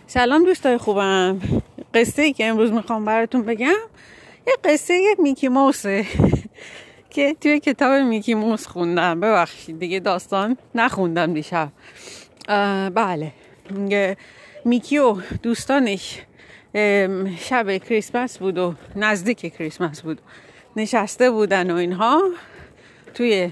سلام دوستای خوبم. قصه ای که امروز میخوام براتون بگم یه قصه میکی موسه که توی کتاب میکی موس خوندم. ببخشید دیگه داستان نخوندم دیشب. بله، میکی و دوستانش شب کریسمس بود و نزدیک کریسمس بود، نشسته بودن و اینها توی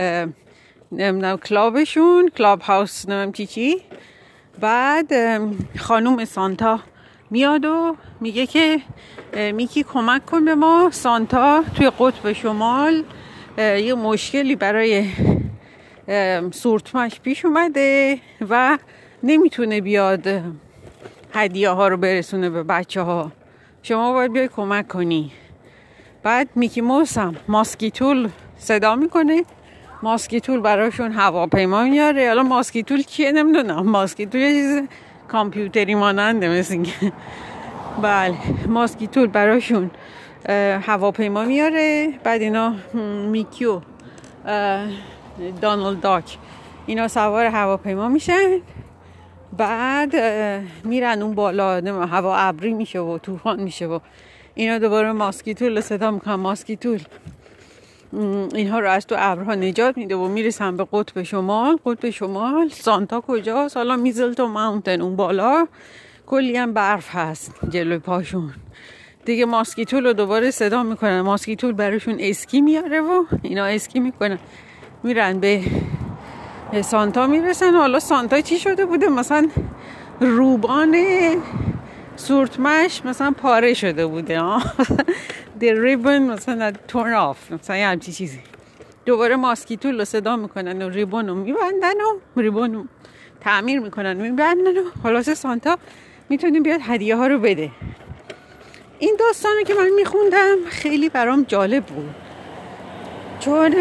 کلابشون، کلاب هاوس، نمیم چی. بعد خانوم سانتا میاد و میگه که میکی کمک کن به ما، سانتا توی قطب شمال یه مشکلی برای سورتمش پیش اومده و نمیتونه بیاد هدیه ها رو برسونه به بچه ها، شما باید بیای کمک کنی. بعد میکی موس هم ماسکیتول صدا میکنه، ماسکیتول براشون هواپیما میاره. حالا ماسکیتول چیه نمیدونم، ماسکیتول یه چیز کامپیوتری ماننده مثل اینکه. بله، ماسکیتول براشون هواپیما میاره. بعد اینا میکی و دانالد داک اینا سوار هواپیما میشن. بعد میرن اون بالا، هوا ابری میشه و طوفان میشه و اینا دوباره ماسکیتول صدا میکنن. ماسکیتول اینها رو از تو ابرها نجات میده و میرسن به قطب شمال. قطب شمال سانتا کجاست؟ حالا میزلتون ماونتن اون بالا کلی هم برف هست جلوی پاشون دیگه. ماسکیتول رو دوباره صدا میکنن، ماسکیتول براشون اسکی میاره و اینا اسکی میکنن، میرن به سانتا میرسن. حالا سانتا چی شده بوده؟ مثلا روبان سورتمش مثلا پاره شده بوده the ribbon مثلا torn off، مثلا یه همچی چیزی. دوباره ماسکیتول رو صدا میکنن و ریبون رو میبندن و ریبون رو تعمیر میکنن و میبندن و خلاص سانتا میتونه بیاد هدیه ها رو بده. این داستانو که من میخوندم خیلی برام جالب بود، چون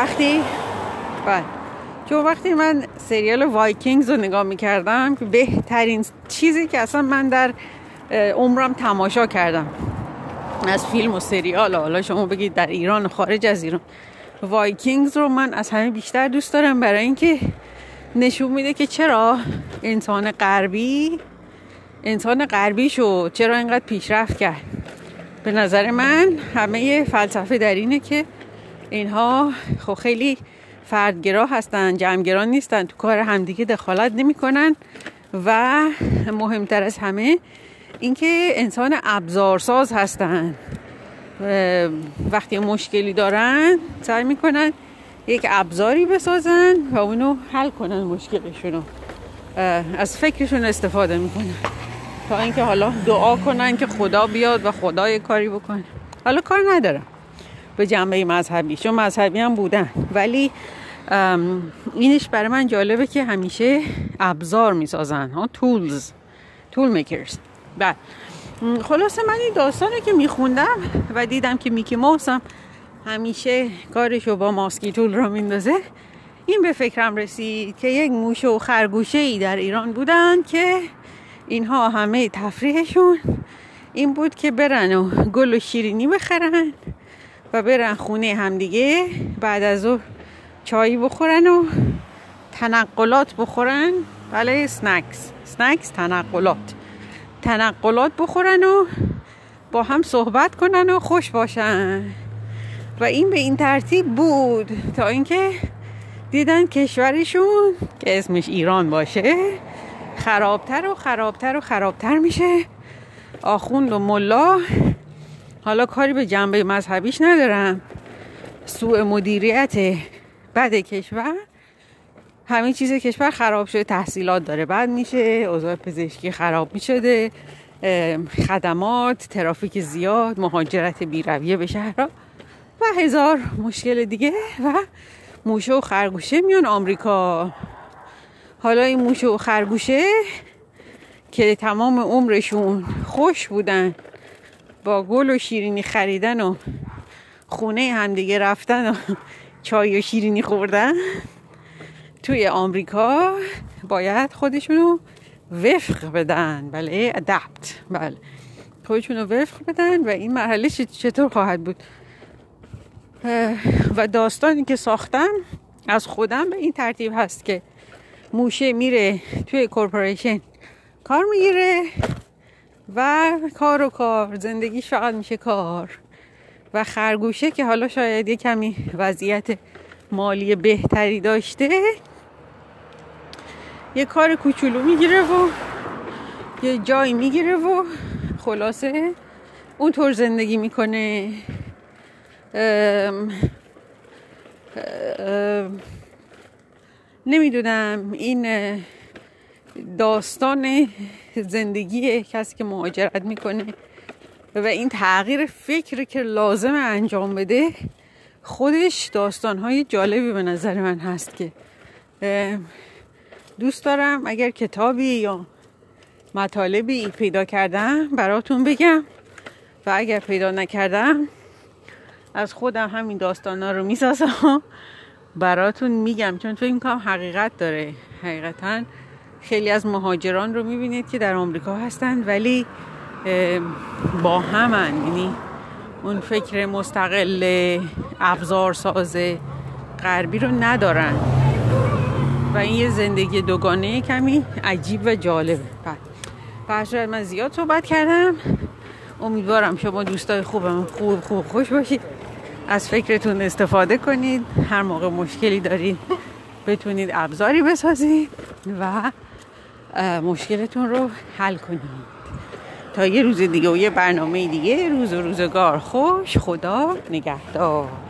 وقتی من سریال وایکینگز رو نگاه میکردم که بهترین چیزی که اصلا من در عمرم تماشا کردم از فیلم و سریال، حالا شما بگید در ایران و خارج از ایران، وایکینگز رو من از همه بیشتر دوست دارم، برای اینکه نشون میده که چرا انسان غربی شد، چرا اینقدر پیشرفت کرد. به نظر من همه فلسفه در اینه که اینها خب خیلی فردگرا هستن، جمعگرا نیستن، تو کار همدیگه دخالت نمی کنن و مهمتر از همه اینکه انسان ابزارساز هستن. وقتی مشکلی دارن سعی میکنن یک ابزاری بسازن و اونو حل کنن، مشکلشونو از فکرشون استفاده میکنن تا اینکه حالا دعا کنن که خدا بیاد و خدا یک کاری بکنه. حالا کار ندارم به جنبه مذهبی، چون مذهبی هم بودن، ولی اینش برای من جالبه که همیشه ابزار میسازن، تول میکرز. بعد خلاصه من این داستانه که میخوندم و دیدم که میکی موس هم همیشه کارشو با ماسکیتول را میندازه، این به فکرم رسید که یک موشه و خرگوشه ای در ایران بودن که اینها همه تفریحشون این بود که برن و گل و شیرینی بخرن و برن خونه همدیگه، بعد از او چایی بخورن و تنقلات بخورن. بله، سنکس تنقلات بخورن و با هم صحبت کنن و خوش باشن. و این به این ترتیب بود تا اینکه دیدن کشورشون که اسمش ایران باشه خرابتر میشه. آخوند و ملا، حالا کاری به جنبه مذهبیش ندارم، سوء مدیریت بد کشور، همه چیز کشور خراب شده، تحصیلات داره بد میشه، اوضاع پزشکی خراب میشده، خدمات، ترافیک زیاد، مهاجرت بی‌رویه به شهرها و هزار مشکل دیگه. و موشه و خرگوشه میان آمریکا. حالا این موشه و خرگوشه که تمام عمرشون خوش بودن، با گل و شیرینی خریدن و خونه هم دیگه رفتن و چای و شیرینی خوردن، توی آمریکا باید خودشونو وفق بدن. بله، ادپت، بله، خودشونو وفق بدن. و این مرحله چطور خواهد بود؟ و داستانی که ساختم از خودم به این ترتیب هست که موشه میره توی کورپوریشن کار میگیره و کار زندگیش فقط میشه کار. و خرگوشه که حالا شاید یه کمی وضعیت مالی بهتری داشته، یه کار کوچولو میگیره و یه جایی میگیره و خلاصه اونطور زندگی میکنه. نمیدونم این داستان زندگی کسی که مهاجرت میکنه و این تغییر فکر که لازم انجام بده خودش داستانهای جالبی به نظر من هست که دوست دارم اگر کتابی یا مطالبی پیدا کردم براتون بگم و اگر پیدا نکردم از خودم همین داستانا رو میسازم براتون میگم، چون فکر میکنم حقیقت داره. حقیقتا خیلی از مهاجران رو میبینید که در آمریکا هستن ولی با همن، یعنی اون فکر مستقل ابزار ساز غربی رو ندارن و این یه زندگی دوگانه کمی عجیب و جالبه. پس من زیاد صحبت کردم. امیدوارم شما دوستای خوبم خوش باشید، از فکرتون استفاده کنید، هر موقع مشکلی دارید بتونید ابزاری بسازید و مشکلتون رو حل کنید. تا یه روز دیگه و یه برنامه دیگه، روز و روزگار خوش. خدا نگهدار.